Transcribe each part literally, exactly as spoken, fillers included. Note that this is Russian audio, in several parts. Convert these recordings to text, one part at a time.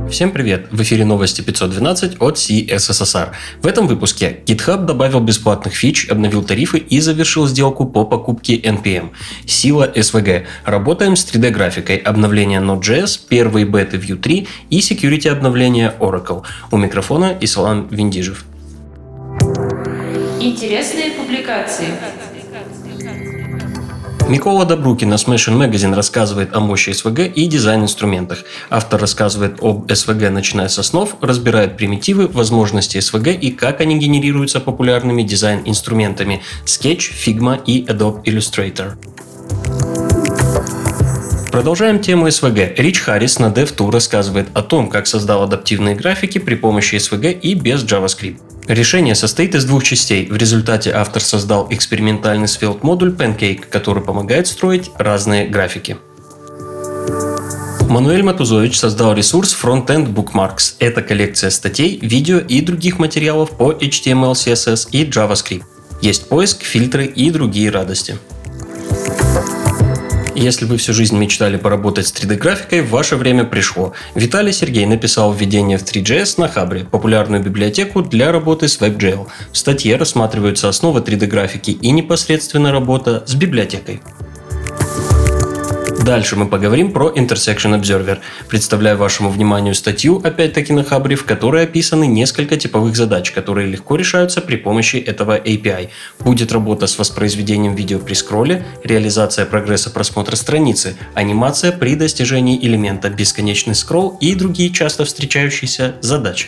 Всем привет! В эфире новости пятьсот двенадцать от си эс эс эс ар. В этом выпуске GitHub добавил бесплатных фич, обновил тарифы и завершил сделку по покупке эн пи эм. Сила эс ви джи. Работаем с три дэ графикой, обновление Node.js, первые беты Vue три и security обновление Oracle. У микрофона Ислам Виндижев. Интересные публикации. Микола Добрукин на Smashing Magazine рассказывает о мощи эс ви джи и дизайн-инструментах. Автор рассказывает об эс ви джи, начиная с основ, разбирает примитивы, возможности эс ви джи и как они генерируются популярными дизайн-инструментами Sketch, Figma и Adobe Illustrator. Продолжаем тему эс ви джи. Рич Харрис на Dev два рассказывает о том, как создал адаптивные графики при помощи эс ви джи и без JavaScript. Решение состоит из двух частей. В результате автор создал экспериментальный Svelte-модуль Pancake, который помогает строить разные графики. Мануэль Матузович создал ресурс Frontend Bookmarks. Это коллекция статей, видео и других материалов по эйч ти эм эл, си эс эс и JavaScript. Есть поиск, фильтры и другие радости. Если вы всю жизнь мечтали поработать с три дэ графикой, ваше время пришло. Виталий Сергей написал введение в три джей эс на Хабре, популярную библиотеку для работы с WebGL. В статье рассматриваются основы три дэ графики и непосредственно работа с библиотекой. Дальше мы поговорим про Intersection Observer. Представляю вашему вниманию статью, опять-таки на Хабре, в которой описаны несколько типовых задач, которые легко решаются при помощи этого эй пи ай. Будет работа с воспроизведением видео при скролле, реализация прогресса просмотра страницы, анимация при достижении элемента, бесконечный скролл и другие часто встречающиеся задачи.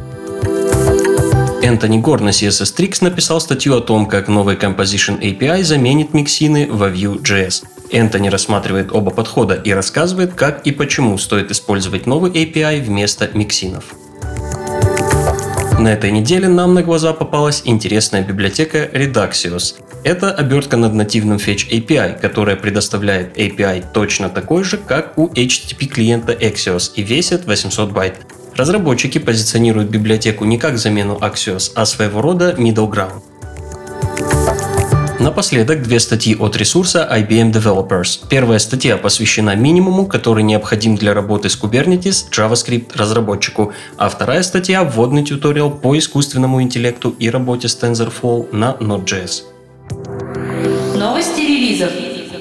Энтони Гор на си эс эс Tricks написал статью о том, как новый Composition эй пи ай заменит миксины во Vue.js. Энтони рассматривает оба подхода и рассказывает, как и почему стоит использовать новый эй пи ай вместо миксинов. На этой неделе нам на глаза попалась интересная библиотека Redaxios. Это обертка над нативным Fetch эй пи ай, которая предоставляет эй пи ай точно такой же, как у эйч ти ти пи клиента Axios и весит восемьсот байт. Разработчики позиционируют библиотеку не как замену Axios, а своего рода middle ground. Напоследок две статьи от ресурса ай би эм Developers. Первая статья посвящена минимуму, который необходим для работы с Kubernetes JavaScript разработчику, а вторая статья – вводный туториал по искусственному интеллекту и работе с TensorFlow на Node.js. Новости релизов.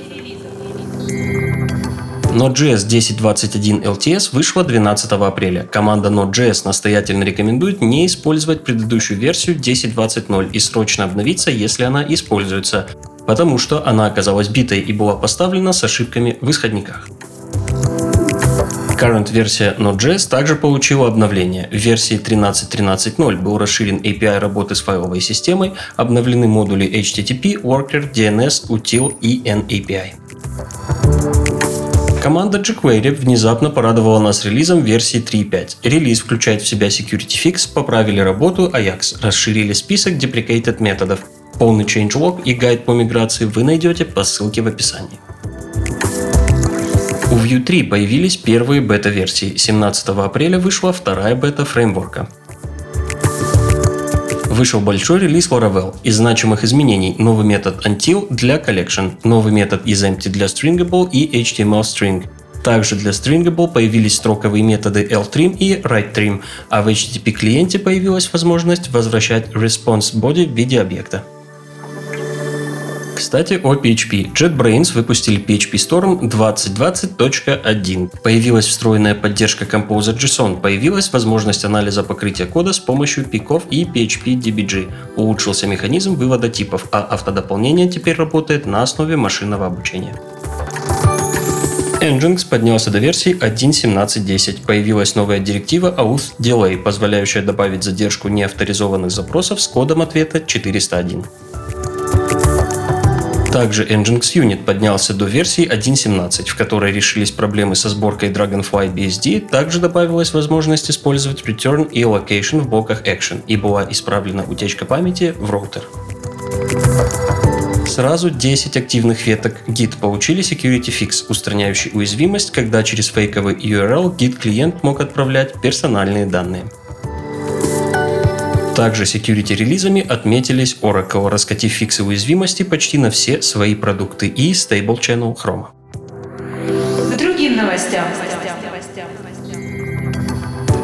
Node.js десять двадцать один эл ти эс вышла двенадцатого апреля. Команда Node.js настоятельно рекомендует не использовать предыдущую версию десять двадцать ноль и срочно обновиться, если она используется, потому что она оказалась битой и была поставлена с ошибками в исходниках. Current-версия Node.js также получила обновление. В версии тринадцать тринадцать ноль был расширен эй пи ай работы с файловой системой, обновлены модули эйч ти ти пи, Worker, ди эн эс, Util и эн эй пи ай. Команда jQuery внезапно порадовала нас релизом версии три точка пять. Релиз включает в себя security fix, поправили работу Ajax, расширили список deprecated методов. Полный changelog и гайд по миграции вы найдете по ссылке в описании. У Vue три появились первые бета-версии. семнадцатого апреля вышла вторая бета фреймворка. Вышел большой релиз Laravel. Из значимых изменений новый метод until для collection, новый метод isEmpty для stringable и эйч ти эм эл string. Также для stringable появились строковые методы ltrim и writeTrim, а в эйч ти ти пи клиенте появилась возможность возвращать response body в виде объекта. Кстати, о пи эйч пи. JetBrains выпустили пи эйч пи Storm двадцать двадцать точка один. Появилась встроенная поддержка Composer.json, появилась возможность анализа покрытия кода с помощью пиков и пи эйч пи ди би джи. Улучшился механизм вывода типов, а автодополнение теперь работает на основе машинного обучения. Nginx поднялся до версии один точка семнадцать десять. Появилась новая директива auth delay, позволяющая добавить задержку неавторизованных запросов с кодом ответа четыреста один. Также Nginx Unit поднялся до версии один точка семнадцать, в которой решились проблемы со сборкой Dragonfly би эс ди, также добавилась возможность использовать return и location в блоках action, и была исправлена утечка памяти в роутер. Сразу десять активных веток Git получили security fix, устраняющий уязвимость, когда через фейковый ю ар эл Git-клиент мог отправлять персональные данные. Также security-релизами отметились Oracle, раскатив фиксы уязвимости почти на все свои продукты, и Stable Channel Chrome. К другим новостям.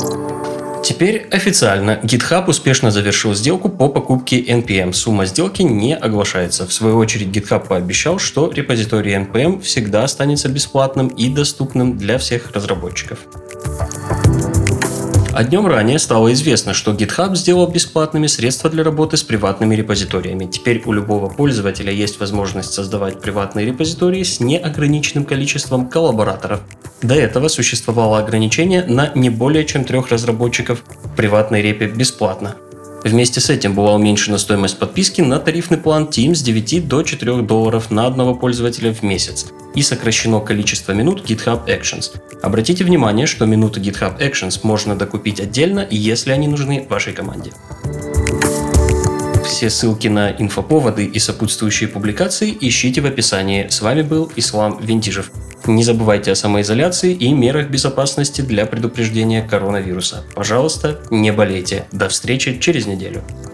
Теперь официально GitHub успешно завершил сделку по покупке эн пи эм. Сумма сделки не оглашается. В свою очередь GitHub пообещал, что репозиторий эн пи эм всегда останется бесплатным и доступным для всех разработчиков. А днем ранее стало известно, что GitHub сделал бесплатными средства для работы с приватными репозиториями. Теперь у любого пользователя есть возможность создавать приватные репозитории с неограниченным количеством коллабораторов. До этого существовало ограничение на не более чем трех разработчиков в приватной репе бесплатно. Вместе с этим была уменьшена стоимость подписки на тарифный план Team с девяти до четырёх долларов на одного пользователя в месяц и сокращено количество минут GitHub Actions. Обратите внимание, что минуты GitHub Actions можно докупить отдельно, если они нужны вашей команде. Все ссылки на инфоповоды и сопутствующие публикации ищите в описании. С вами был Ислам Вентижев. Не забывайте о самоизоляции и мерах безопасности для предупреждения коронавируса. Пожалуйста, не болейте. До встречи через неделю.